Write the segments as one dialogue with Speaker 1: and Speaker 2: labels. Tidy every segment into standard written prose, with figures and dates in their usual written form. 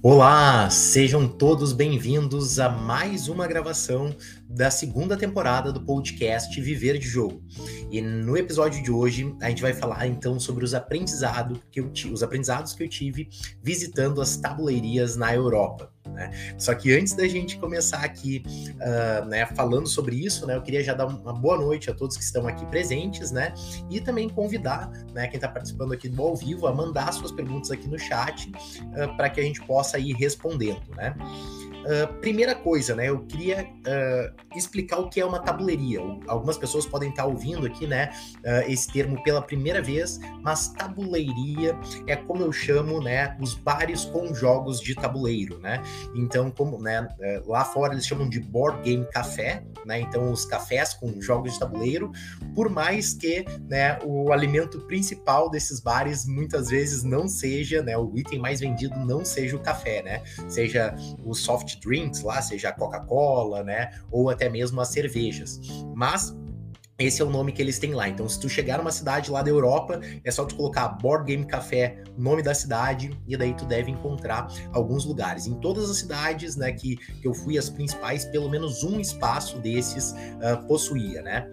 Speaker 1: Olá, sejam todos bem-vindos a mais uma gravação da segunda temporada do podcast Viver de Jogo. E no episódio de hoje a gente vai falar então sobre os aprendizados que eu tive visitando as tabuleirias na Europa. Né? Só que antes da gente começar aqui falando sobre isso, né, eu queria já dar uma boa noite a todos que estão aqui presentes, né, e também convidar, né, quem está participando aqui do ao vivo a mandar suas perguntas aqui no chat para que a gente possa ir respondendo, né. Primeira coisa, né, eu queria explicar o que é uma tabuleiria. Algumas pessoas podem estar ouvindo aqui, né, esse termo pela primeira vez, mas tabuleiria é como eu chamo, né, os bares com jogos de tabuleiro, né. Então, como, né, lá fora eles chamam de board game café, né, então os cafés com jogos de tabuleiro, por mais que, né, o alimento principal desses bares muitas vezes não seja, né, o item mais vendido não seja o café, né, seja o soft drinks lá, seja a Coca-Cola, né, ou até mesmo as cervejas. Mas esse é o nome que eles têm lá. Então, se tu chegar numa cidade lá da Europa, é só tu colocar Board Game Café, nome da cidade, e daí tu deve encontrar alguns lugares. Em todas as cidades, né, que eu fui, as principais, pelo menos um espaço desses possuía, né?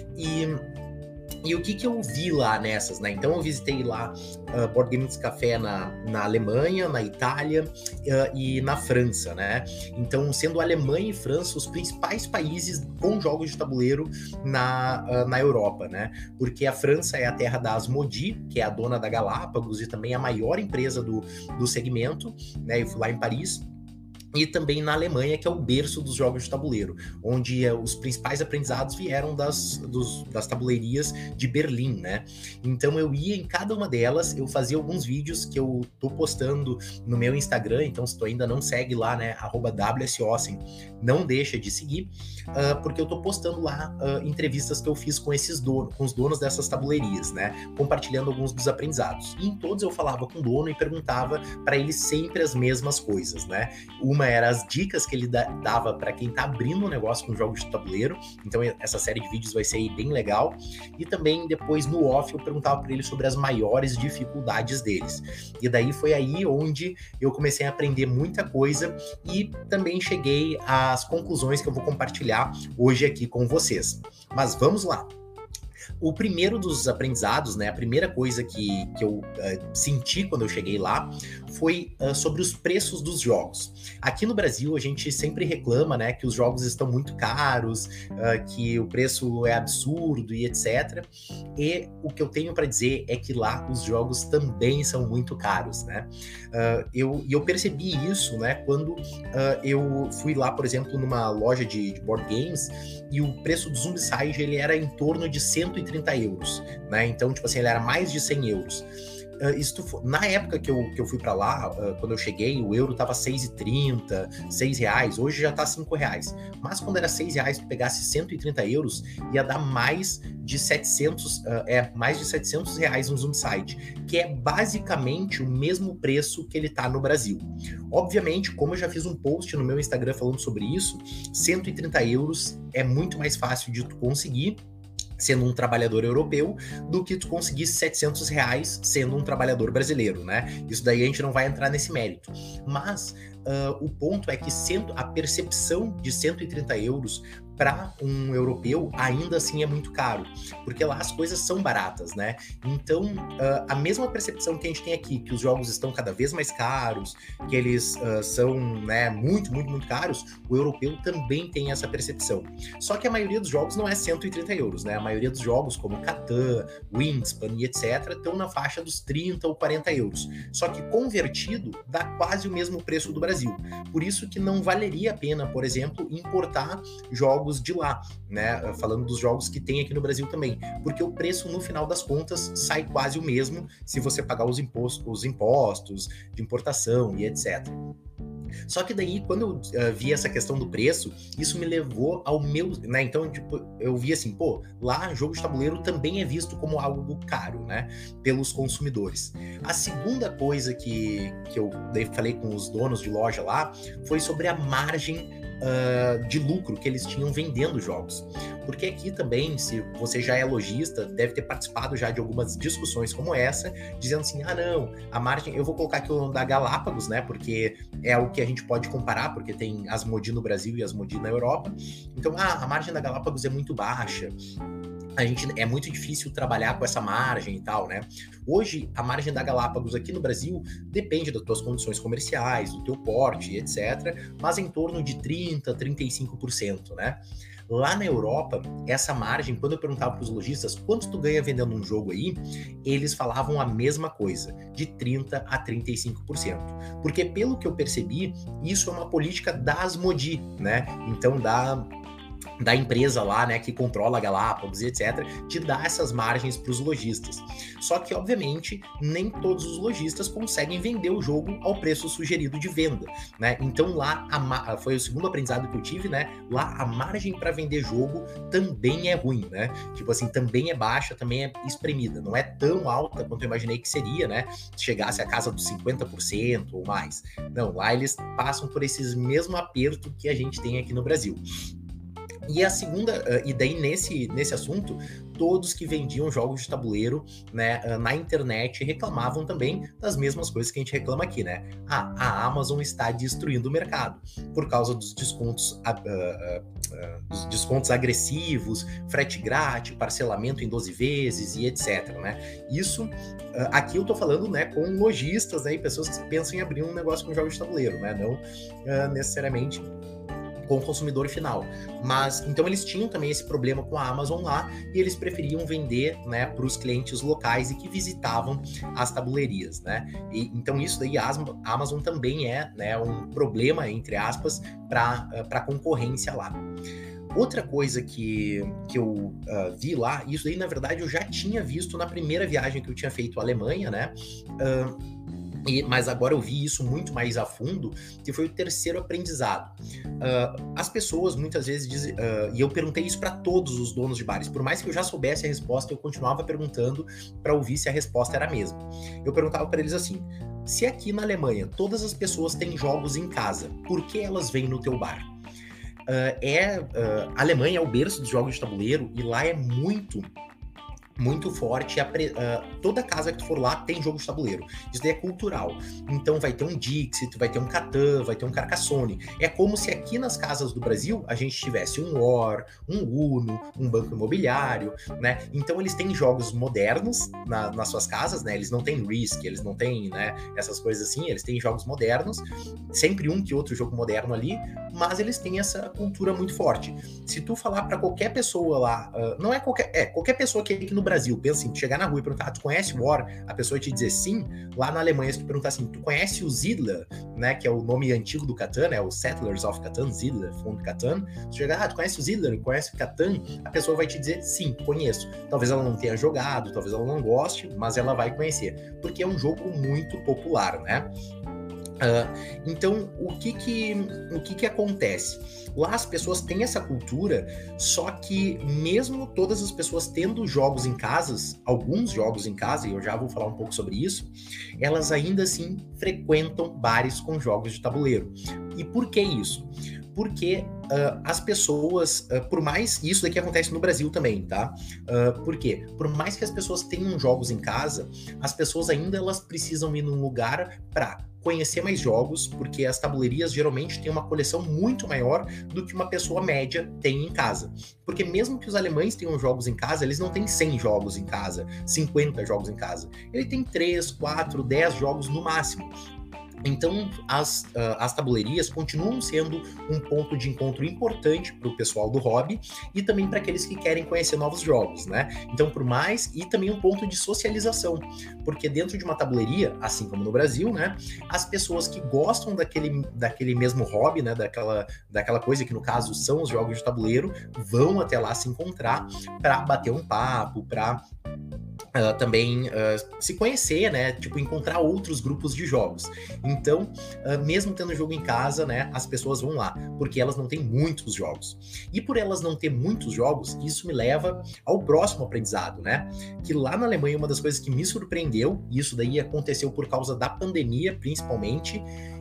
Speaker 1: E o que eu vi lá nessas, né? Então eu visitei lá Board Games Café na Alemanha, na Itália e na França, né? Então, sendo Alemanha e França os principais países com jogos de tabuleiro na Europa, né? Porque a França é a terra da Asmodee, que é a dona da Galápagos e também a maior empresa do segmento, né? Eu fui lá em Paris. E também na Alemanha, que é o berço dos jogos de tabuleiro, onde os principais aprendizados vieram das tabuleirias de Berlim, né? Então eu ia em cada uma delas, eu fazia alguns vídeos que eu tô postando no meu Instagram, então se tu ainda não segue lá, né, @WSOssen, não deixa de seguir, porque eu tô postando lá entrevistas que eu fiz com com os donos dessas tabuleirias, né, compartilhando alguns dos aprendizados. E em todos eu falava com o dono e perguntava para ele sempre as mesmas coisas, né? Uma era as dicas que ele dava para quem tá abrindo um negócio com jogos de tabuleiro, então essa série de vídeos vai ser bem legal, e também depois no off eu perguntava para ele sobre as maiores dificuldades deles, e daí foi aí onde eu comecei a aprender muita coisa e também cheguei às conclusões que eu vou compartilhar hoje aqui com vocês. Mas vamos lá! O primeiro dos aprendizados, né, a primeira coisa que eu senti quando eu cheguei lá foi sobre os preços dos jogos. Aqui no Brasil a gente sempre reclama, né, que os jogos estão muito caros, que o preço é absurdo e etc. E o que eu tenho para dizer é que lá os jogos também são muito caros, né? Eu percebi isso, né, quando eu fui lá, por exemplo, numa loja de board games e o preço do Zombicide ele era em torno de 130 euros, né? Então, tipo assim, ele era mais de 100 euros. Na época que eu fui para lá, quando eu cheguei, o euro tava 6,30, R$6, hoje já tá R$5. Mas quando era R$6, tu pegasse 130 euros, ia dar mais de 700, mais de 700 reais no Zombicide, que é basicamente o mesmo preço que ele tá no Brasil. Obviamente, como eu já fiz um post no meu Instagram falando sobre isso, 130 euros é muito mais fácil de tu conseguir sendo um trabalhador europeu, do que tu conseguir R$700 sendo um trabalhador brasileiro, né? Isso daí a gente não vai entrar nesse mérito. Mas o ponto é que a percepção de 130 euros para um europeu ainda assim é muito caro, porque lá as coisas são baratas, né? Então, a mesma percepção que a gente tem aqui, que os jogos estão cada vez mais caros, que eles são, né, muito, muito, muito caros, o europeu também tem essa percepção. Só que a maioria dos jogos não é 130 euros, né? A maioria dos jogos, como Catan, Wingspan e etc., estão na faixa dos 30 ou 40 euros. Só que convertido, dá quase o mesmo preço do Brasil. Por isso que não valeria a pena, por exemplo, importar jogos de lá, né? Falando dos jogos que tem aqui no Brasil também, porque o preço no final das contas sai quase o mesmo se você pagar os impostos de importação e etc. Só que daí, quando eu vi essa questão do preço, isso me levou ao meu, né? Então, tipo, eu vi assim, pô, lá jogo de tabuleiro também é visto como algo caro, né? Pelos consumidores. A segunda coisa que eu daí falei com os donos de loja lá foi sobre a margem de lucro que eles tinham vendendo jogos. Porque aqui também, se você já é lojista, deve ter participado já de algumas discussões como essa, dizendo assim, não, a margem, eu vou colocar aqui o da Galápagos, né, porque é o que a gente pode comparar, porque tem as Asmodee no Brasil e as Asmodee na Europa, então, a margem da Galápagos é muito baixa, é muito difícil trabalhar com essa margem e tal, né? Hoje, a margem da Galápagos aqui no Brasil depende das tuas condições comerciais, do teu porte, etc., mas em torno de 30%, 35%, né? Lá na Europa, essa margem, quando eu perguntava para os lojistas quanto tu ganha vendendo um jogo aí, eles falavam a mesma coisa, de 30% a 35%. Porque, pelo que eu percebi, isso é uma política da Asmodee, né? Então, da empresa lá, né, que controla a Galápagos e etc, de dar essas margens para os lojistas. Só que, obviamente, nem todos os lojistas conseguem vender o jogo ao preço sugerido de venda, né? Então lá, foi o segundo aprendizado que eu tive, né? Lá a margem para vender jogo também é ruim, né? Tipo assim, também é baixa, também é espremida. Não é tão alta quanto eu imaginei que seria, né? Se chegasse a casa dos 50% ou mais. Não, lá eles passam por esses mesmo aperto que a gente tem aqui no Brasil. E a segunda, e daí nesse assunto, todos que vendiam jogos de tabuleiro, né, na internet reclamavam também das mesmas coisas que a gente reclama aqui, né? A Amazon está destruindo o mercado por causa dos descontos agressivos, frete grátis, parcelamento em 12 vezes e etc, né? Isso, aqui eu tô falando, né, com lojistas, né, e pessoas que pensam em abrir um negócio com jogos de tabuleiro, né? Não necessariamente com o consumidor final. Mas, então eles tinham também esse problema com a Amazon lá, e eles preferiam vender, né, para os clientes locais e que visitavam as tabuleirias, né? E, então isso daí, a Amazon também é, né, um problema, entre aspas, para a concorrência lá. Outra coisa que eu vi lá, isso daí na verdade eu já tinha visto na primeira viagem que eu tinha feito à Alemanha, né? Mas agora eu vi isso muito mais a fundo, que foi o terceiro aprendizado. As pessoas muitas vezes dizem, e eu perguntei isso para todos os donos de bares, por mais que eu já soubesse a resposta, eu continuava perguntando para ouvir se a resposta era a mesma. Eu perguntava para eles assim: se aqui na Alemanha todas as pessoas têm jogos em casa, por que elas vêm no teu bar? A Alemanha é o berço dos jogos de tabuleiro e lá é muito forte, toda casa que tu for lá tem jogo de tabuleiro. Isso daí é cultural. Então vai ter um Dixit, vai ter um Catan, vai ter um Carcassonne. É como se aqui nas casas do Brasil a gente tivesse um War, um Uno, um Banco Imobiliário, né? Então eles têm jogos modernos nas suas casas, né? Eles não têm Risk, eles não têm, né, essas coisas assim, eles têm jogos modernos, sempre um que outro jogo moderno ali, mas eles têm essa cultura muito forte. Se tu falar para qualquer pessoa lá, não é qualquer pessoa que aqui no Brasil, pensa assim, chegar na rua e perguntar, tu conhece o War? A pessoa te dizer sim. Lá na Alemanha, se tu perguntar assim, tu conhece o Siedler, né, que é o nome antigo do Catan, né, o Settlers of Catan, Siedler, fundo Catan, tu chegar, tu conhece o Siedler, conhece o Catan? A pessoa vai te dizer, sim, conheço. Talvez ela não tenha jogado, talvez ela não goste, mas ela vai conhecer, porque é um jogo muito popular, né? Então, o que acontece? Lá as pessoas têm essa cultura, só que mesmo todas as pessoas tendo jogos em casas, alguns jogos em casa, e eu já vou falar um pouco sobre isso, elas ainda assim frequentam bares com jogos de tabuleiro. E por que isso? Porque as pessoas, por mais... Isso daqui acontece no Brasil também, tá? Por quê? Por mais que as pessoas tenham jogos em casa, as pessoas ainda elas precisam ir num lugar para conhecer mais jogos, porque as tabuleirias geralmente têm uma coleção muito maior do que uma pessoa média tem em casa. Porque mesmo que os alemães tenham jogos em casa, eles não têm 100 jogos em casa, 50 jogos em casa. Ele tem 3, 4, 10 jogos no máximo. Então, as tabuleirias continuam sendo um ponto de encontro importante para o pessoal do hobby e também para aqueles que querem conhecer novos jogos, né? Então, por mais, e também um ponto de socialização, porque dentro de uma tabuleiria, assim como no Brasil, né, as pessoas que gostam daquele mesmo hobby, né, daquela coisa que no caso são os jogos de tabuleiro, vão até lá se encontrar para bater um papo, para também se conhecer, né? Tipo, encontrar outros grupos de jogos. Então, mesmo tendo jogo em casa, né? As pessoas vão lá, porque elas não têm muitos jogos. E por elas não ter muitos jogos, isso me leva ao próximo aprendizado, né? Que lá na Alemanha, uma das coisas que me surpreendeu, e isso daí aconteceu por causa da pandemia, principalmente,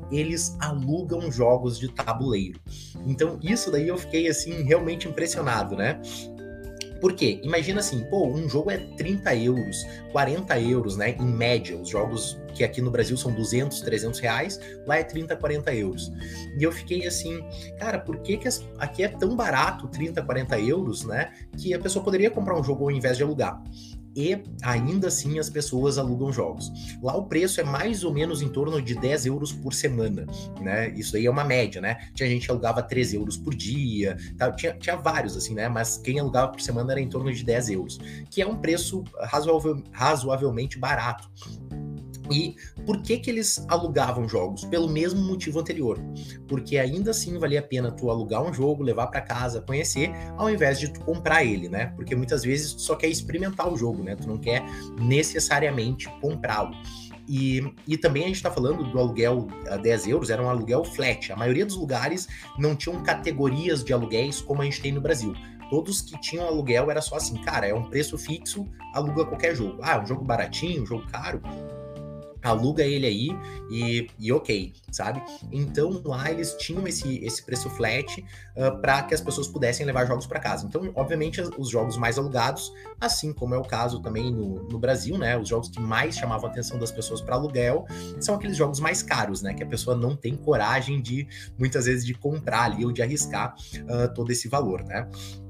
Speaker 1: eles alugam jogos de tabuleiro. Então, isso daí eu fiquei, assim, realmente impressionado, né? Por quê? Imagina assim, pô, um jogo é 30 euros, 40 euros, né? Em média, os jogos que aqui no Brasil são 200, 300 reais, lá é 30, 40 euros. E eu fiquei assim, cara, por que aqui é tão barato, 30, 40 euros, né? Que a pessoa poderia comprar um jogo ao invés de alugar. E ainda assim as pessoas alugam jogos. Lá o preço é mais ou menos em torno de 10 euros por semana, né? Isso aí é uma média, né? Tinha gente que alugava 3 euros por dia, tá? Tinha vários, assim, né? Mas quem alugava por semana era em torno de 10 euros, que é um preço razoavelmente barato. E por que eles alugavam jogos? Pelo mesmo motivo anterior. Porque ainda assim valia a pena tu alugar um jogo, levar para casa, conhecer, ao invés de tu comprar ele, né? Porque muitas vezes tu só quer experimentar o jogo, né? Tu não quer necessariamente comprá-lo. E também a gente está falando do aluguel a 10 euros, era um aluguel flat. A maioria dos lugares não tinham categorias de aluguéis como a gente tem no Brasil. Todos que tinham aluguel era só assim, cara, é um preço fixo, aluga qualquer jogo. Ah, um jogo baratinho, um jogo caro, aluga ele aí e ok, sabe? Então lá eles tinham esse preço flat para que as pessoas pudessem levar jogos para casa. Então, obviamente, os jogos mais alugados, assim como é o caso também no Brasil, né? Os jogos que mais chamavam a atenção das pessoas para aluguel são aqueles jogos mais caros, né? Que a pessoa não tem coragem de, muitas vezes, de comprar ali ou de arriscar todo esse valor, né?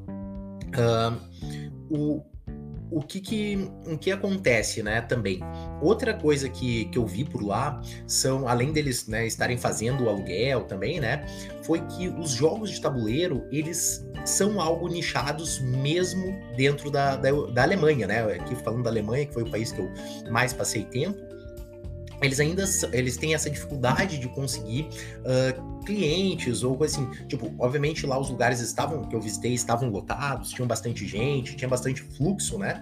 Speaker 1: O que acontece, né, também? Outra coisa que eu vi por lá são, além deles, né, estarem fazendo o aluguel também, né, foi que os jogos de tabuleiro, eles são algo nichados mesmo dentro da Alemanha, né? Aqui falando da Alemanha, que foi o país que eu mais passei tempo, eles têm essa dificuldade de conseguir clientes ou coisa assim. Tipo, obviamente lá os lugares que eu visitei estavam lotados, tinham bastante gente, tinha bastante fluxo, né?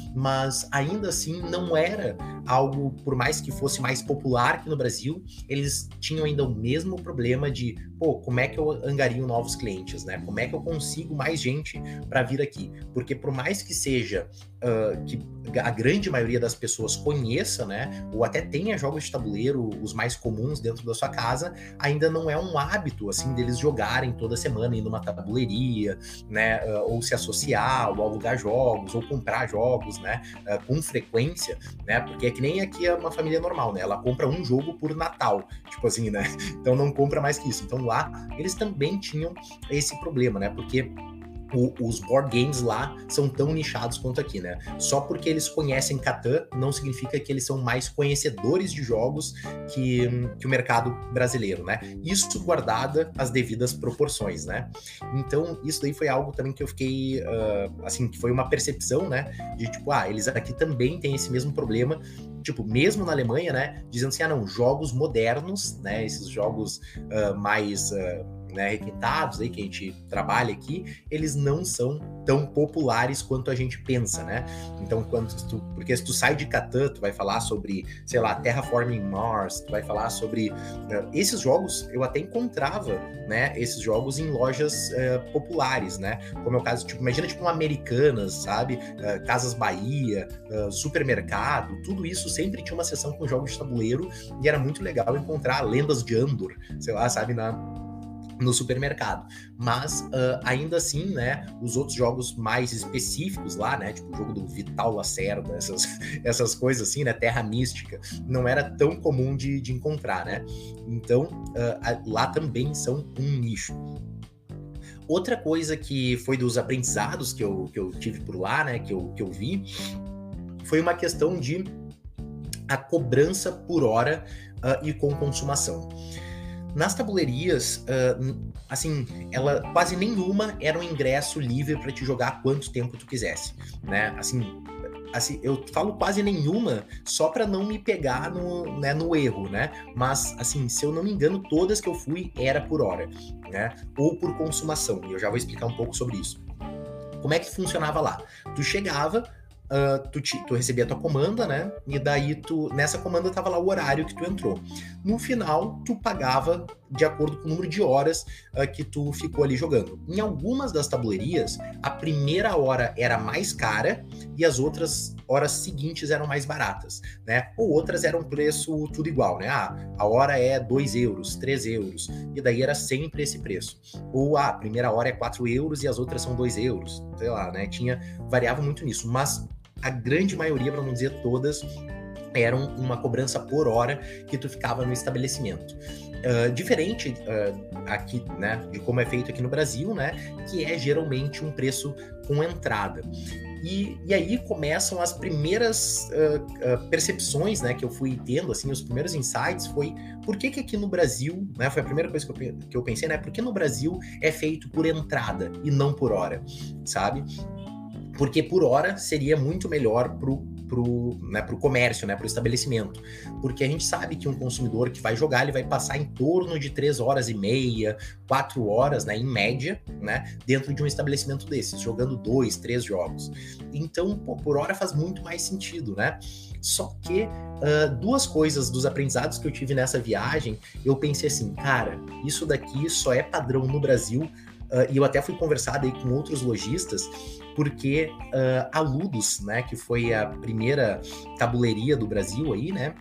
Speaker 1: Mas ainda assim não era algo, por mais que fosse mais popular que no Brasil, eles tinham ainda o mesmo problema de, pô, como é que eu angario novos clientes, né? Como é que eu consigo mais gente para vir aqui? Porque por mais que seja que a grande maioria das pessoas conheça, né, ou até tenha jogos de tabuleiro, os mais comuns dentro da sua casa, ainda não é um hábito, assim, deles jogarem toda semana, ir numa tabuleiria, né, ou se associar, ou alugar jogos, ou comprar jogos, né, com frequência, né, porque é que nem aqui é uma família normal, né, ela compra um jogo por Natal, tipo assim, né, então não compra mais que isso. Então lá, eles também tinham esse problema, né, porque os board games lá são tão nichados quanto aqui, né? Só porque eles conhecem Catan não significa que eles são mais conhecedores de jogos que o mercado brasileiro, né? Isso guardada as devidas proporções, né? Então, isso daí foi algo também que eu fiquei, assim, que foi uma percepção, né? De tipo, eles aqui também têm esse mesmo problema, tipo, mesmo na Alemanha, né? Dizendo assim, não, jogos modernos, né? Esses jogos mais... né, requintados aí que a gente trabalha aqui, eles não são tão populares quanto a gente pensa, né? Então, porque se tu sai de Catan, tu vai falar sobre, sei lá, Terraforming Mars, tu vai falar sobre esses jogos, eu até encontrava, né, esses jogos em lojas populares, né? Como é o caso, tipo, imagina tipo uma Americanas, sabe? Casas Bahia, supermercado, tudo isso sempre tinha uma seção com jogos de tabuleiro e era muito legal encontrar Lendas de Andor, sei lá, sabe, no supermercado, mas ainda assim, né, os outros jogos mais específicos lá, né, tipo o jogo do Vital Lacerda, essas coisas assim, né, Terra Mística, não era tão comum de encontrar, né, então lá também são um nicho. Outra coisa que foi dos aprendizados que eu tive por lá, né, que eu vi, foi uma questão de a cobrança por hora e com consumação. Nas tabuleirias, assim, quase nenhuma era um ingresso livre para te jogar quanto tempo tu quisesse, né? Assim, eu falo quase nenhuma só para não me pegar no erro, né? Mas, assim, se eu não me engano, todas que eu fui era por hora, né? Ou por consumação, e eu já vou explicar um pouco sobre isso. Como é que funcionava lá? Tu chegava, tu recebia a tua comanda, né? E daí nessa comanda tava lá o horário que tu entrou. No final, tu pagava de acordo com o número de horas que tu ficou ali jogando. Em algumas das tabuleirias, a primeira hora era mais cara e as outras horas seguintes eram mais baratas, né? Ou outras eram preço tudo igual, né? A hora é 2 euros, 3 euros, e daí era sempre esse preço. Ou a primeira hora é 4 euros e as outras são 2 euros, sei lá, né? Variava muito nisso, mas a grande maioria, para não dizer todas, eram uma cobrança por hora que tu ficava no estabelecimento. Diferente aqui, né, de como é feito aqui no Brasil, né, que é geralmente um preço com entrada. E aí começam as primeiras percepções, né, que eu fui tendo, assim, os primeiros insights foi por que aqui no Brasil, né, foi a primeira coisa que eu pensei, né, por que no Brasil é feito por entrada e não por hora, sabe? Porque por hora seria muito melhor pro comércio, né, pro estabelecimento. Porque a gente sabe que um consumidor que vai jogar, ele vai passar em torno de 3 horas e meia, 4 horas, né, em média, né, dentro de um estabelecimento desses, jogando 2, 3 jogos. Então, por hora faz muito mais sentido, né? Só que duas coisas dos aprendizados que eu tive nessa viagem, eu pensei assim, cara, isso daqui só é padrão no Brasil, e eu até fui conversar aí com outros lojistas, porque a Ludus, né, que foi a primeira tabuleiria do Brasil aí, né,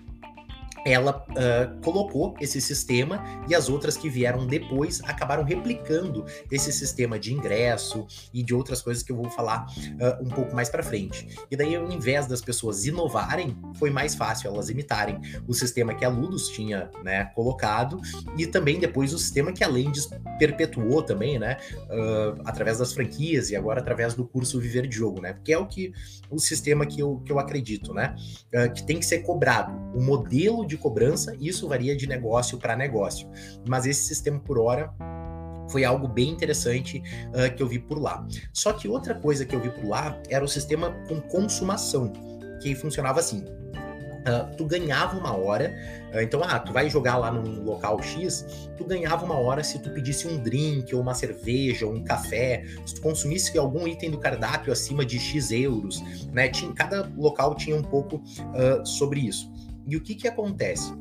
Speaker 1: ela colocou esse sistema e as outras que vieram depois acabaram replicando esse sistema de ingresso e de outras coisas que eu vou falar um pouco mais para frente. E daí, ao invés das pessoas inovarem, foi mais fácil elas imitarem o sistema que a Ludus tinha, né, colocado e também depois o sistema que a Lendis perpetuou também, né, através das franquias e agora através do curso Viver de Jogo, né, que é o sistema que eu acredito, né, que tem que ser cobrado. O modelo de cobrança, isso varia de negócio para negócio, mas esse sistema por hora foi algo bem interessante que eu vi por lá. Só que outra coisa que eu vi por lá era o sistema com consumação, que funcionava assim. Tu ganhava uma hora, então, tu vai jogar lá num local X, tu ganhava uma hora se tu pedisse um drink, ou uma cerveja, ou um café, se tu consumisse algum item do cardápio acima de X euros, né? Cada local tinha um pouco sobre isso. E o que acontece?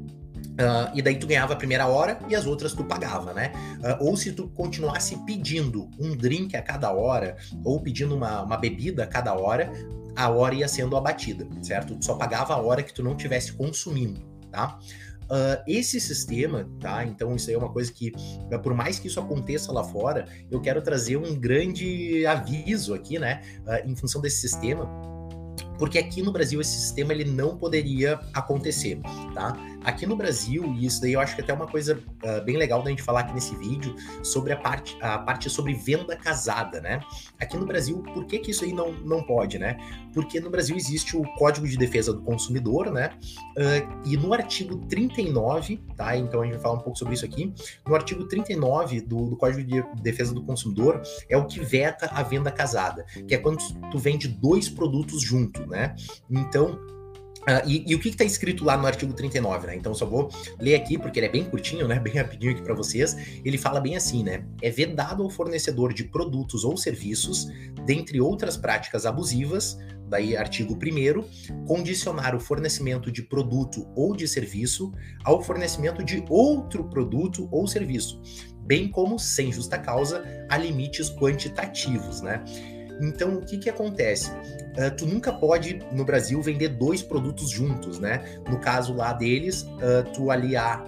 Speaker 1: E daí tu ganhava a primeira hora e as outras tu pagava, né? Ou se tu continuasse pedindo um drink a cada hora, ou pedindo uma bebida a cada hora, a hora ia sendo abatida, certo? Tu só pagava a hora que tu não estivesse consumindo, tá? Esse sistema, tá? Então isso aí é uma coisa que, por mais que isso aconteça lá fora, eu quero trazer um grande aviso aqui, né? Em função desse sistema, porque aqui no Brasil esse sistema ele não poderia acontecer, tá? Aqui no Brasil, e isso daí eu acho que até é uma coisa bem legal da gente falar aqui nesse vídeo, sobre a parte sobre venda casada, né? Aqui no Brasil, por que isso aí não pode, né? Porque no Brasil existe o Código de Defesa do Consumidor, né? E no artigo 39, tá? Então a gente vai falar um pouco sobre isso aqui. No artigo 39 do Código de Defesa do Consumidor é o que veta a venda casada, que é quando tu vende 2 produtos junto, né? Então, e o que está escrito lá no artigo 39, né? Então, só vou ler aqui, porque ele é bem curtinho, né? Bem rapidinho aqui para vocês. Ele fala bem assim, né? É vedado ao fornecedor de produtos ou serviços, dentre outras práticas abusivas, daí artigo 1º, condicionar o fornecimento de produto ou de serviço ao fornecimento de outro produto ou serviço, bem como, sem justa causa, a limites quantitativos, né? Então, o que acontece? Tu nunca pode, no Brasil, vender 2 produtos juntos, né? No caso lá deles, tu aliar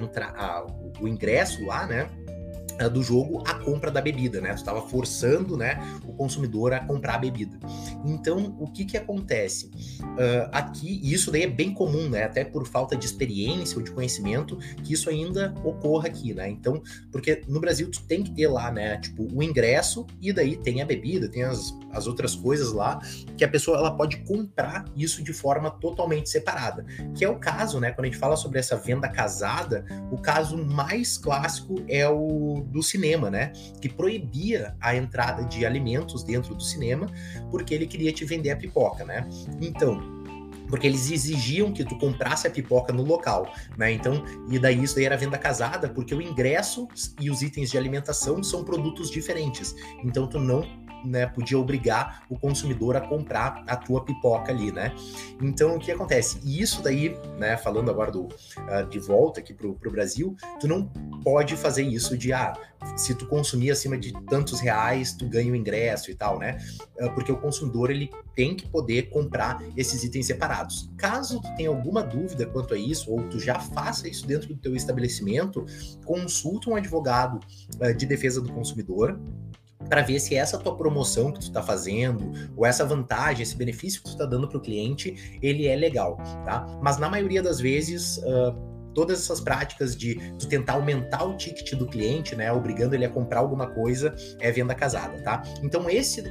Speaker 1: o ingresso lá, né? Do jogo à compra da bebida, né? Tu estava forçando, né, o consumidor a comprar a bebida. Então, o que acontece? Aqui, e isso daí é bem comum, né? Até por falta de experiência ou de conhecimento, que isso ainda ocorra aqui, né? Então, porque no Brasil tu tem que ter lá, né, tipo, o ingresso e daí tem a bebida, tem as outras coisas lá, que a pessoa ela pode comprar isso de forma totalmente separada. Que é o caso, né, quando a gente fala sobre essa venda casada, o caso mais clássico é o do cinema, né? Que proibia a entrada de alimentos dentro do cinema porque ele queria te vender a pipoca, né? Então, porque eles exigiam que tu comprasse a pipoca no local, né? Então, e daí isso daí era venda casada, porque o ingresso e os itens de alimentação são produtos diferentes. Então, tu não né, podia obrigar o consumidor a comprar a tua pipoca ali, né? Então, o que acontece? E isso daí, né, falando agora de volta aqui pro Brasil, tu não pode fazer isso de, se tu consumir acima de tantos reais, tu ganha o ingresso e tal, né? Porque o consumidor, ele tem que poder comprar esses itens separados. Caso tu tenha alguma dúvida quanto a isso, ou tu já faça isso dentro do teu estabelecimento, consulta um advogado de defesa do consumidor, para ver se essa tua promoção que tu está fazendo, ou essa vantagem, esse benefício que tu está dando para o cliente, ele é legal, tá? Mas na maioria das vezes, todas essas práticas de tu tentar aumentar o ticket do cliente, né, obrigando ele a comprar alguma coisa, é venda casada, tá? Então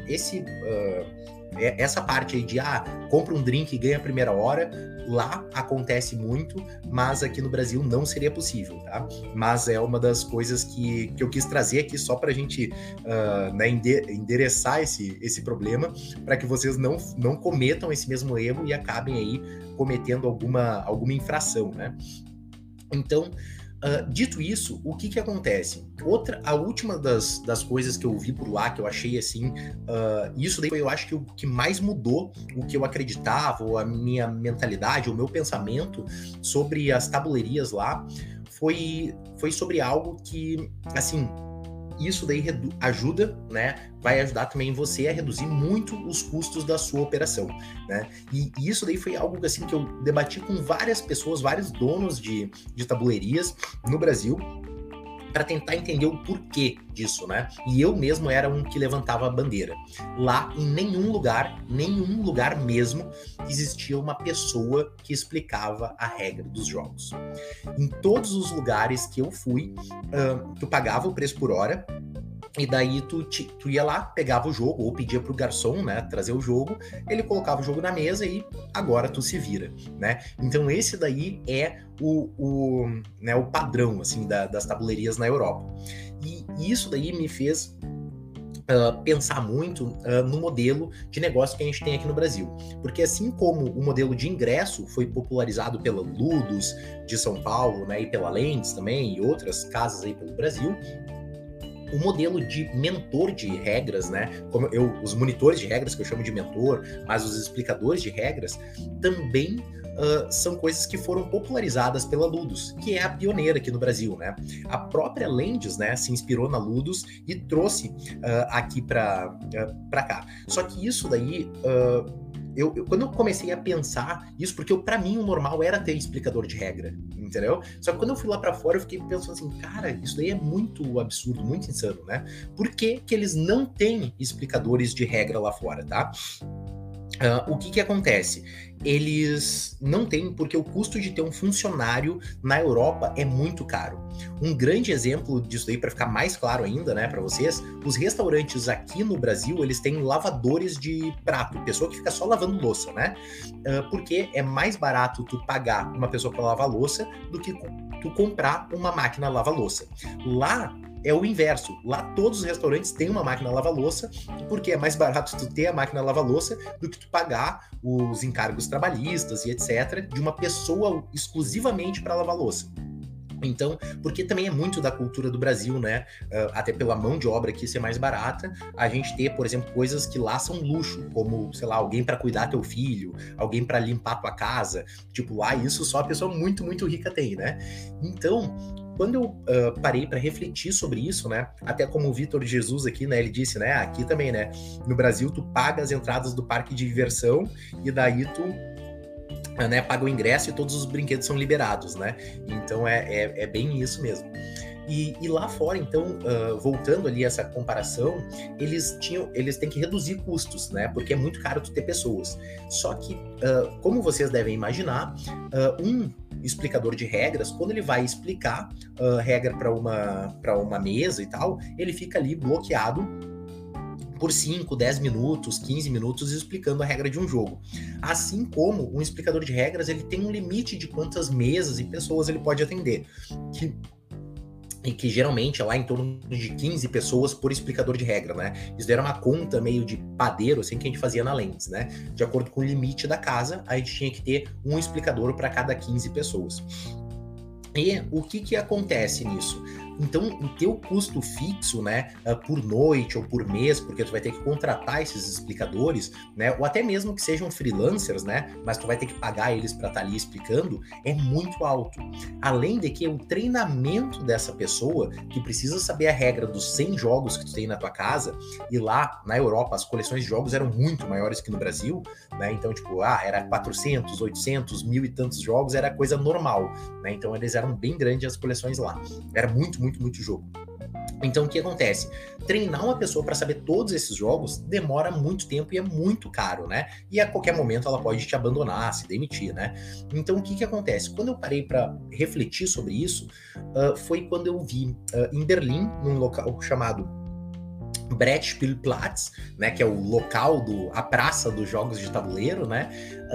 Speaker 1: essa parte aí de compra um drink e ganha a primeira hora, lá acontece muito, mas aqui no Brasil não seria possível, tá? Mas é uma das coisas que eu quis trazer aqui só para a gente né, endereçar esse problema, para que vocês não cometam esse mesmo erro e acabem aí cometendo alguma infração, né? Então, dito isso, o que acontece? A última das coisas que eu vi por lá, que eu achei assim, isso daí foi, eu acho que o que mais mudou o que eu acreditava, ou a minha mentalidade, o meu pensamento sobre as tabuleirias lá, foi sobre algo que, assim, isso daí ajuda, né? Vai ajudar também você a reduzir muito os custos da sua operação, né? E isso daí foi algo assim que eu debati com várias pessoas, vários donos de tabuleirias no Brasil, para tentar entender o porquê disso, né? E eu mesmo era um que levantava a bandeira. Lá, em nenhum lugar mesmo, existia uma pessoa que explicava a regra dos jogos. Em todos os lugares que eu fui, tu pagava o preço por hora, e daí tu ia lá, pegava o jogo, ou pedia pro garçom, né, trazer o jogo, ele colocava o jogo na mesa e agora tu se vira, né? Então esse daí é né, o padrão, assim, das tabuleirias na Europa. E isso daí me fez pensar muito no modelo de negócio que a gente tem aqui no Brasil. Porque assim como o modelo de ingresso foi popularizado pela Ludus de São Paulo, né, e pela Lentes também, e outras casas aí pelo Brasil, o modelo de mentor de regras, né? Como os monitores de regras, que eu chamo de mentor, mas os explicadores de regras, também são coisas que foram popularizadas pela Ludus, que é a pioneira aqui no Brasil, né? A própria Lentes, né, se inspirou na Ludus e trouxe aqui para cá. Só que isso daí... quando eu comecei a pensar isso, porque para mim o normal era ter explicador de regra, entendeu? Só que quando eu fui lá para fora, eu fiquei pensando assim, cara, isso daí é muito absurdo, muito insano, né? Por que eles não têm explicadores de regra lá fora, tá? O que acontece? Eles não têm, porque o custo de ter um funcionário na Europa é muito caro. Um grande exemplo disso aí, para ficar mais claro ainda, né, para vocês, os restaurantes aqui no Brasil, eles têm lavadores de prato, pessoa que fica só lavando louça, né? Porque é mais barato tu pagar uma pessoa para lavar louça do que tu comprar uma máquina lava-louça. Lá é o inverso. Lá todos os restaurantes têm uma máquina lava-louça, porque é mais barato tu ter a máquina lava-louça do que tu pagar os encargos trabalhistas e etc. de uma pessoa exclusivamente para lavar louça. Então, porque também é muito da cultura do Brasil, né? Até pela mão de obra aqui ser mais barata, a gente ter, por exemplo, coisas que lá são luxo, como, sei lá, alguém para cuidar teu filho, alguém para limpar tua casa. Tipo, lá isso só a pessoa muito, muito rica tem, né? Então, quando eu parei para refletir sobre isso, né? Até como o Vitor Jesus aqui, né? Ele disse, né? Aqui também, né? No Brasil, tu paga as entradas do parque de diversão e daí tu... né, paga o ingresso e todos os brinquedos são liberados, né? Então é bem isso mesmo. E lá fora, então, voltando ali a essa comparação, eles têm que reduzir custos, né? Porque é muito caro tu ter pessoas. Só que, como vocês devem imaginar, um explicador de regras, quando ele vai explicar regra para uma mesa e tal, ele fica ali bloqueado por 5, 10 minutos, 15 minutos explicando a regra de um jogo. Assim como um explicador de regras, ele tem um limite de quantas mesas e pessoas ele pode atender, que geralmente é lá em torno de 15 pessoas por explicador de regra, né? Isso era uma conta meio de padeiro, assim, que a gente fazia na Lentes, né? De acordo com o limite da casa, a gente tinha que ter um explicador para cada 15 pessoas. E o que acontece nisso? Então, o teu custo fixo, né, por noite ou por mês, porque tu vai ter que contratar esses explicadores, né, ou até mesmo que sejam freelancers, né, mas tu vai ter que pagar eles para estar ali explicando, é muito alto. Além de que o treinamento dessa pessoa, que precisa saber a regra dos 100 jogos que tu tem na tua casa, e lá na Europa as coleções de jogos eram muito maiores que no Brasil, né, então tipo, era 400, 800, mil e tantos jogos, era coisa normal, né, então eles eram bem grandes as coleções lá, era muito, muito, muito jogo. Então, o que acontece? Treinar uma pessoa para saber todos esses jogos demora muito tempo e é muito caro, né? E a qualquer momento ela pode te abandonar, se demitir, né? Então, o que acontece? Quando eu parei para refletir sobre isso, foi quando eu vi em Berlim, num local chamado Brettspielplatz, né, que é o local a praça dos jogos de tabuleiro, né?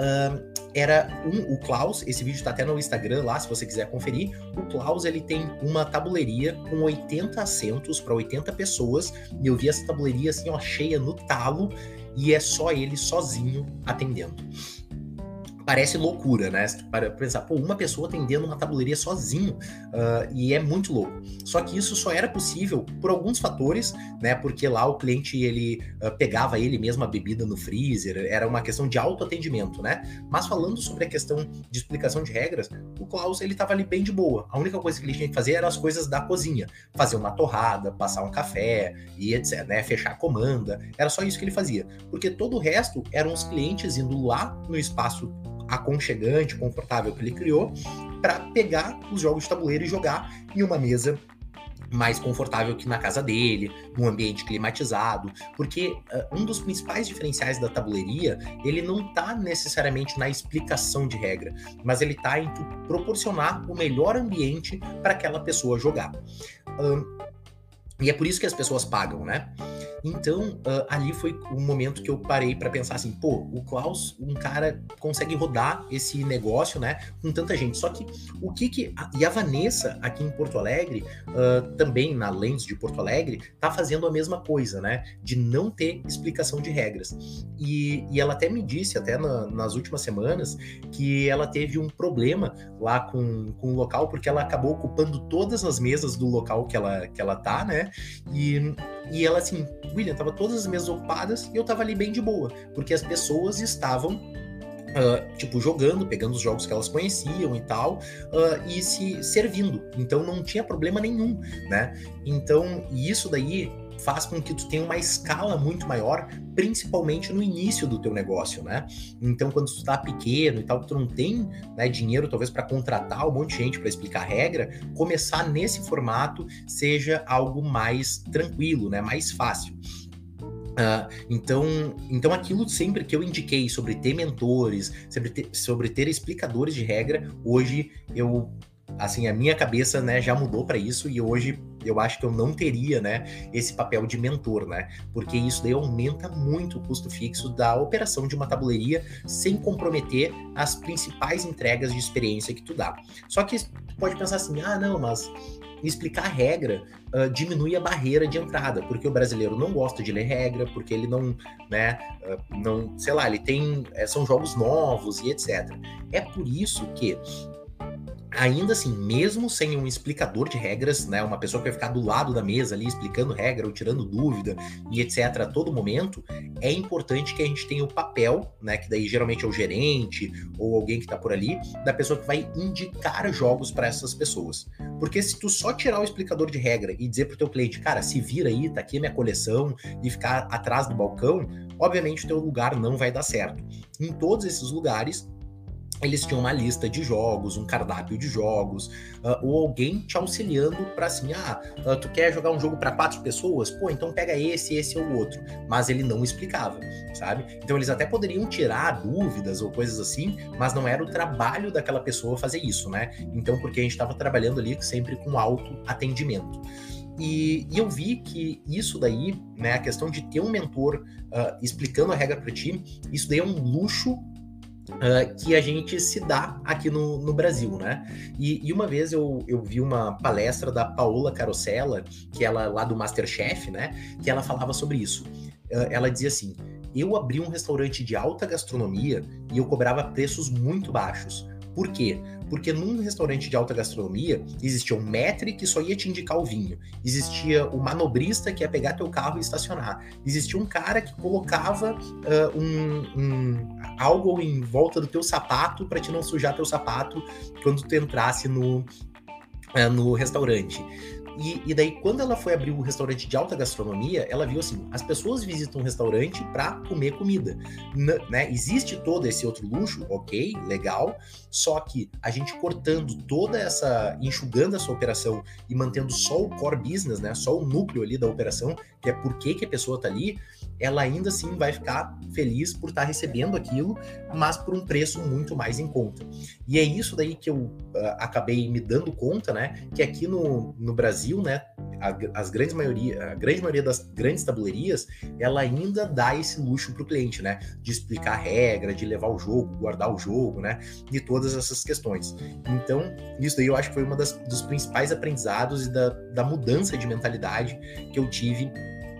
Speaker 1: O Klaus, esse vídeo tá até no Instagram lá, se você quiser conferir. O Klaus, ele tem uma tabuleiria com 80 assentos para 80 pessoas, e eu vi essa tabuleiria assim, ó, cheia no talo, e é só ele sozinho atendendo. Parece loucura, né? Para pensar, uma pessoa atendendo uma tabuleiria sozinho, e é muito louco. Só que isso só era possível por alguns fatores, né? Porque lá o cliente, ele pegava ele mesmo a bebida no freezer, era uma questão de autoatendimento, né? Mas falando sobre a questão de explicação de regras, o Klaus, ele tava ali bem de boa. A única coisa que ele tinha que fazer era as coisas da cozinha. Fazer uma torrada, passar um café e etc, né? Fechar a comanda. Era só isso que ele fazia. Porque todo o resto eram os clientes indo lá no espaço aconchegante, confortável que ele criou, para pegar os jogos de tabuleiro e jogar em uma mesa mais confortável que na casa dele, num ambiente climatizado, porque um dos principais diferenciais da tabuleiria, ele não tá necessariamente na explicação de regra, mas ele tá em proporcionar o melhor ambiente para aquela pessoa jogar. E é por isso que as pessoas pagam, né? Então, ali foi o momento que eu parei para pensar assim, o Klaus, um cara consegue rodar esse negócio, né, com tanta gente. Só que e a Vanessa, aqui em Porto Alegre, também na Lens de Porto Alegre, tá fazendo a mesma coisa, né, de não ter explicação de regras. E ela até me disse, até nas últimas semanas, que ela teve um problema lá com o local, porque ela acabou ocupando todas as mesas do local que ela tá, né, e ela assim, William, tava todas as mesas ocupadas e eu tava ali bem de boa, porque as pessoas estavam jogando, pegando os jogos que elas conheciam e tal, e se servindo, então não tinha problema nenhum, né? Então, isso daí faz com que tu tenha uma escala muito maior, principalmente no início do teu negócio, né? Então, quando tu tá pequeno e tal, tu não tem, né, dinheiro talvez para contratar um monte de gente para explicar a regra, começar nesse formato seja algo mais tranquilo, né, mais fácil. Então aquilo sempre que eu indiquei sobre ter mentores, sobre ter explicadores de regra, hoje a minha cabeça, né, já mudou para isso, e hoje eu acho que eu não teria, né, esse papel de mentor, né, porque isso daí aumenta muito o custo fixo da operação de uma tabuleiria sem comprometer as principais entregas de experiência que tu dá. Só que tu pode pensar assim, não, mas explicar a regra diminui a barreira de entrada, porque o brasileiro não gosta de ler regra, porque ele não, né, sei lá, ele tem, são jogos novos e etc. É por isso que ainda assim, mesmo sem um explicador de regras, né, uma pessoa que vai ficar do lado da mesa ali explicando regra ou tirando dúvida e etc a todo momento, é importante que a gente tenha o papel, né, que daí geralmente é o gerente ou alguém que tá por ali, da pessoa que vai indicar jogos para essas pessoas. Porque se tu só tirar o explicador de regra e dizer pro teu cliente, cara, se vira aí, tá aqui a minha coleção, e ficar atrás do balcão, obviamente o teu lugar não vai dar certo. Em todos esses lugares, eles tinham uma lista de jogos, um cardápio de jogos, ou alguém te auxiliando para assim, tu quer jogar um jogo para 4 pessoas? Então pega esse ou outro. Mas ele não explicava, sabe? Então eles até poderiam tirar dúvidas ou coisas assim, mas não era o trabalho daquela pessoa fazer isso, né? Então, porque a gente estava trabalhando ali sempre com autoatendimento. E eu vi que isso daí, né, a questão de ter um mentor explicando a regra para ti, isso daí é um luxo que a gente se dá aqui no Brasil, né? E uma vez eu vi uma palestra da Paola Carosella, que ela lá do MasterChef, né? Que ela falava sobre isso. Ela dizia assim, eu abri um restaurante de alta gastronomia e eu cobrava preços muito baixos. Por quê? Porque num restaurante de alta gastronomia, existia um maître que só ia te indicar o vinho, existia o manobrista que ia pegar teu carro e estacionar, existia um cara que colocava algo em volta do teu sapato para te não sujar teu sapato quando tu entrasse no restaurante. E daí, quando ela foi abrir o restaurante de alta gastronomia, ela viu assim, as pessoas visitam um restaurante para comer comida, né? Existe todo esse outro luxo, ok, legal, só que a gente cortando enxugando essa operação e mantendo só o core business, né? Só o núcleo ali da operação, que é por que a pessoa tá ali, ela ainda assim vai ficar feliz por estar recebendo aquilo, mas por um preço muito mais em conta. E é isso daí que eu acabei me dando conta, né? Que aqui no Brasil, né? A grande maioria das grandes tabuleirias, ela ainda dá esse luxo para o cliente, né? De explicar a regra, de levar o jogo, guardar o jogo, né? De todas essas questões. Então, isso daí eu acho que foi uma dos principais aprendizados e da mudança de mentalidade que eu tive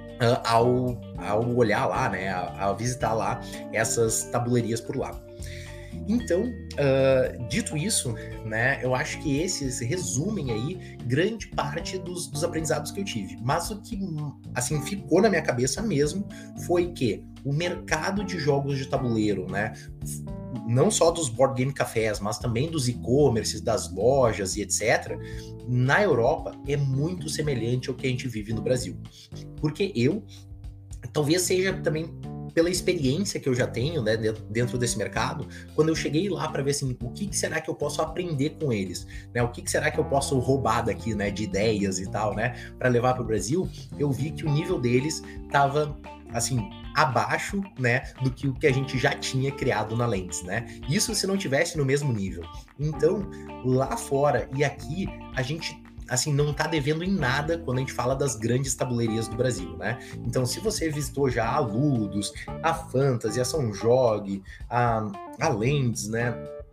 Speaker 1: ao olhar lá, né, ao visitar lá essas tabuleirias por lá. Então, dito isso, né, eu acho que esses resumem aí grande parte dos aprendizados que eu tive. Mas o que, assim, ficou na minha cabeça mesmo foi que o mercado de jogos de tabuleiro, né, não só dos board game cafés, mas também dos e-commerces, das lojas e etc., na Europa é muito semelhante ao que a gente vive no Brasil. Porque talvez seja também pela experiência que eu já tenho, né, dentro desse mercado, quando eu cheguei lá para ver assim, o que será que eu posso aprender com eles, né? O que será que eu posso roubar daqui, né, de ideias e tal, né, para levar para o Brasil, eu vi que o nível deles estava assim abaixo, né, do que o que a gente já tinha criado na Lentes, né? Isso se não tivesse no mesmo nível. Então, lá fora e aqui, a gente assim, não tá devendo em nada quando a gente fala das grandes tabuleirias do Brasil, né? Então, se você visitou já a Ludus, a Fantasy, a São Jogue, a Lentes, né?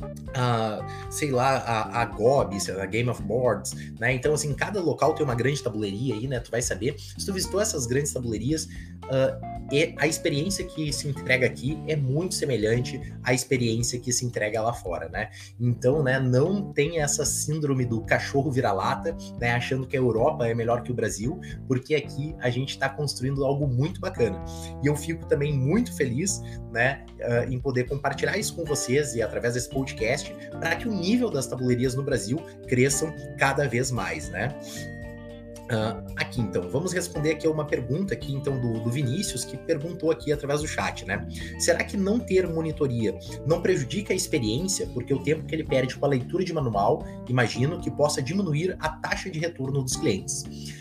Speaker 1: Sei lá, a GOB, a Game of Boards, né? Então, assim, cada local tem uma grande tabuleiria aí, né? Tu vai saber. Se tu visitou essas grandes tabuleirias, a experiência que se entrega aqui é muito semelhante à experiência que se entrega lá fora, né? Então, né, não tem essa síndrome do cachorro vira-lata, né? Achando que a Europa é melhor que o Brasil, porque aqui a gente está construindo algo muito bacana. E eu fico também muito feliz, né, em poder compartilhar isso com vocês e através desse podcast, para que o nível das tabuleirias no Brasil cresçam cada vez mais, né? Aqui, então, vamos responder aqui a uma pergunta aqui, então, do Vinícius, que perguntou aqui através do chat, né? Será que não ter monitoria não prejudica a experiência, porque o tempo que ele perde com a leitura de manual, imagino que possa diminuir a taxa de retorno dos clientes?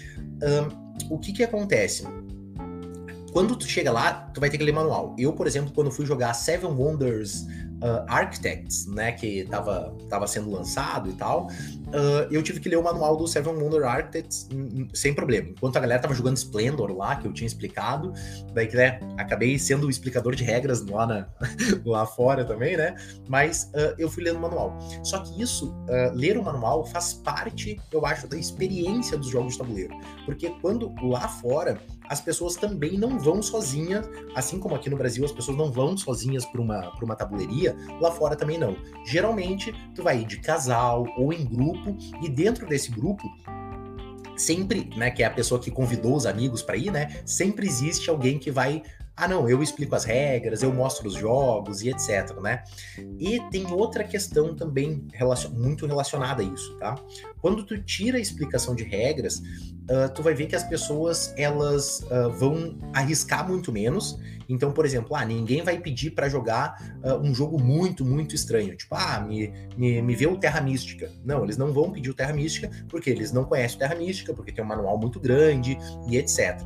Speaker 1: O que acontece? Quando tu chega lá, tu vai ter que ler manual. Eu, por exemplo, quando fui jogar Seven Wonders Architects, né, que tava sendo lançado e tal, eu tive que ler o manual do Seven Wonders Architects sem problema. Enquanto a galera tava jogando Splendor lá, que eu tinha explicado, daí que, né, acabei sendo o explicador de regras lá fora também, né, mas eu fui lendo o manual. Só que isso, ler o manual faz parte, eu acho, da experiência dos jogos de tabuleiro. Porque quando lá fora, as pessoas também não vão sozinhas, assim como aqui no Brasil as pessoas não vão sozinhas para uma tabuleiria, lá fora também não. Geralmente, tu vai ir de casal ou em grupo, e dentro desse grupo, sempre, né, que é a pessoa que convidou os amigos para ir, né, sempre existe alguém que vai... não, eu explico as regras, eu mostro os jogos e etc, né? E tem outra questão também muito relacionada a isso, tá? Quando tu tira a explicação de regras, tu vai ver que as pessoas, elas vão arriscar muito menos. Então, por exemplo, ninguém vai pedir para jogar um jogo muito, muito estranho. Tipo, me vê o Terra Mística. Não, eles não vão pedir o Terra Mística, porque eles não conhecem o Terra Mística, porque tem um manual muito grande e etc.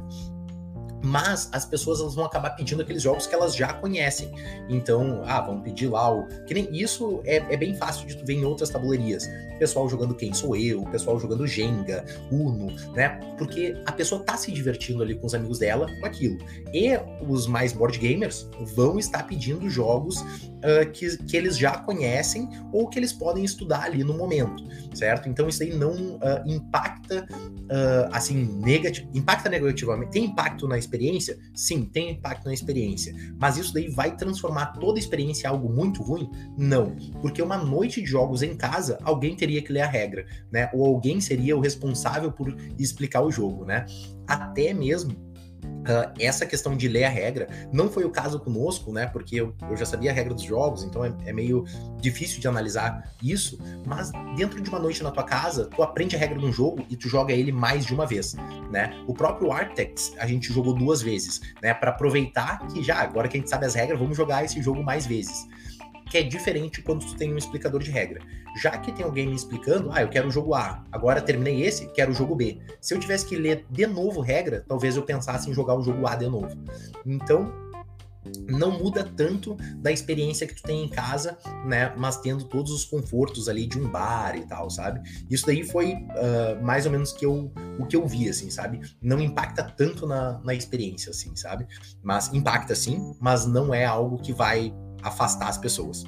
Speaker 1: Mas as pessoas, elas vão acabar pedindo aqueles jogos que elas já conhecem. Então, vão pedir lá que nem isso é bem fácil de tu ver em outras tabuleirias. O pessoal jogando Quem Sou Eu, o pessoal jogando Jenga, Uno, né? Porque a pessoa tá se divertindo ali com os amigos dela com aquilo. E os mais board gamers vão estar pedindo jogos que eles já conhecem ou que eles podem estudar ali no momento, certo? Então isso aí não impacta assim, impacta negativamente. Tem impacto na experiência? Sim, tem impacto na experiência. Mas isso daí vai transformar toda a experiência em algo muito ruim? Não. Porque uma noite de jogos em casa, alguém teria que ler a regra, né? Ou alguém seria o responsável por explicar o jogo, né? Até mesmo essa questão de ler a regra não foi o caso conosco, né? Porque eu já sabia a regra dos jogos, então é meio difícil de analisar isso. Mas dentro de uma noite na tua casa, tu aprende a regra de um jogo e tu joga ele mais de uma vez, né? O próprio Architects a gente jogou 2 vezes, né? Para aproveitar que já agora que a gente sabe as regras, vamos jogar esse jogo mais vezes. Que é diferente quando tu tem um explicador de regra. Já que tem alguém me explicando, eu quero o jogo A, agora terminei esse, quero o jogo B. Se eu tivesse que ler de novo regra, talvez eu pensasse em jogar o jogo A de novo. Então, não muda tanto da experiência que tu tem em casa, né, mas tendo todos os confortos ali de um bar e tal, sabe? Isso daí foi mais ou menos o que eu vi, assim, sabe? Não impacta tanto na experiência, assim, sabe? Mas impacta sim, mas não é algo que vai afastar as pessoas.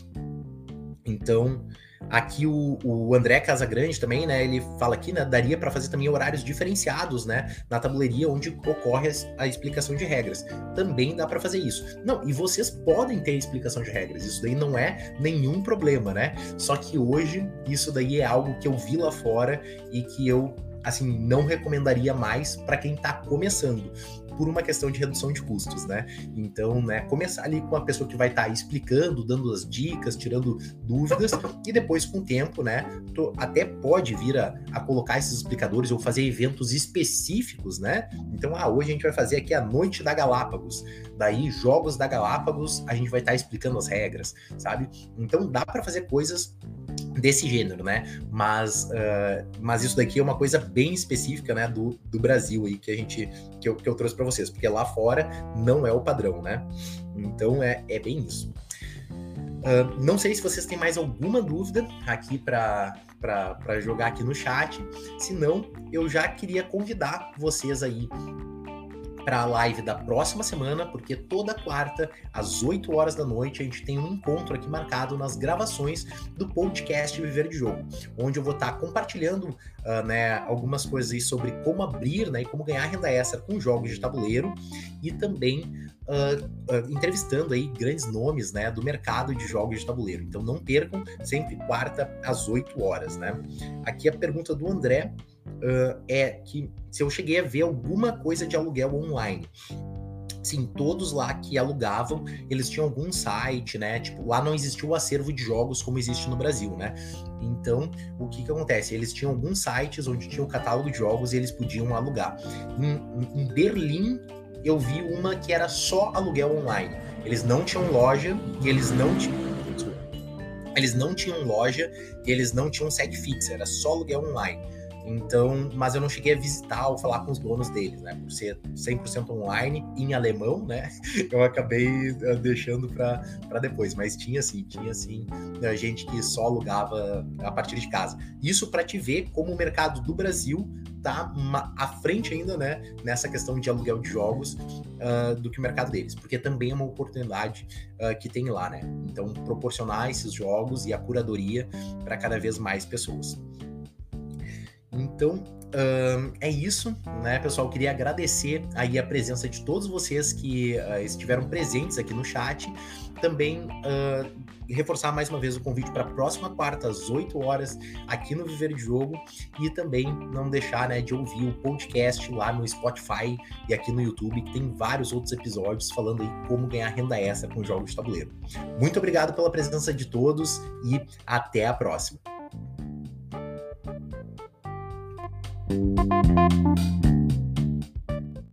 Speaker 1: Então, aqui o André Casagrande também, né, ele fala aqui, né, daria para fazer também horários diferenciados, né, na tabuleiria onde ocorre a explicação de regras. Também dá para fazer isso. Não, e vocês podem ter explicação de regras, isso daí não é nenhum problema, né? Só que hoje isso daí é algo que eu vi lá fora e que eu, assim, não recomendaria mais para quem tá começando, por uma questão de redução de custos, né? Então, né, começar ali com a pessoa que vai estar explicando, dando as dicas, tirando dúvidas, e depois, com o tempo, né, tu até pode vir a colocar esses explicadores ou fazer eventos específicos, né? Então, hoje a gente vai fazer aqui a Noite da Galápagos, daí Jogos da Galápagos, a gente vai estar explicando as regras, sabe? Então, dá para fazer coisas desse gênero, né? Mas isso daqui é uma coisa bem específica, né, do Brasil aí que eu trouxe para vocês, porque lá fora não é o padrão, né? Então é bem isso. Não sei se vocês têm mais alguma dúvida aqui para jogar aqui no chat. Se não, eu já queria convidar vocês aí para a live da próxima semana, porque toda quarta, às 8 horas da noite, a gente tem um encontro aqui marcado nas gravações do podcast Viver de Jogo, onde eu vou estar compartilhando né, algumas coisas aí sobre como abrir, né, e como ganhar renda extra com jogos de tabuleiro, e também entrevistando aí grandes nomes, né, do mercado de jogos de tabuleiro. Então não percam, sempre quarta às 8 horas, né? Aqui a pergunta do André é que se eu cheguei a ver alguma coisa de aluguel online. Sim, todos lá que alugavam, eles tinham algum site, né? Tipo, lá não existiu o acervo de jogos como existe no Brasil, né? Então, o que acontece? Eles tinham alguns sites onde tinha o catálogo de jogos e eles podiam alugar. Em Berlim, eu vi uma que era só aluguel online. Eles não tinham loja e eles não tinham loja e eles não tinham site fixo, era só aluguel online. Então, mas eu não cheguei a visitar ou falar com os donos deles, né? Por ser 100% online, em alemão, né? Eu acabei deixando para depois. Mas tinha sim, gente que só alugava a partir de casa. Isso para te ver como o mercado do Brasil tá à frente ainda, né? Nessa questão de aluguel de jogos do que o mercado deles. Porque também é uma oportunidade que tem lá, né? Então, proporcionar esses jogos e a curadoria para cada vez mais pessoas. Então, é isso, né, pessoal? Queria agradecer aí a presença de todos vocês que estiveram presentes aqui no chat. Também reforçar mais uma vez o convite para a próxima quarta, às 8 horas, aqui no Viver de Jogo. E também não deixar, né, de ouvir o podcast lá no Spotify e aqui no YouTube, que tem vários outros episódios falando aí como ganhar renda extra com jogos de tabuleiro. Muito obrigado pela presença de todos e até a próxima. Thank you.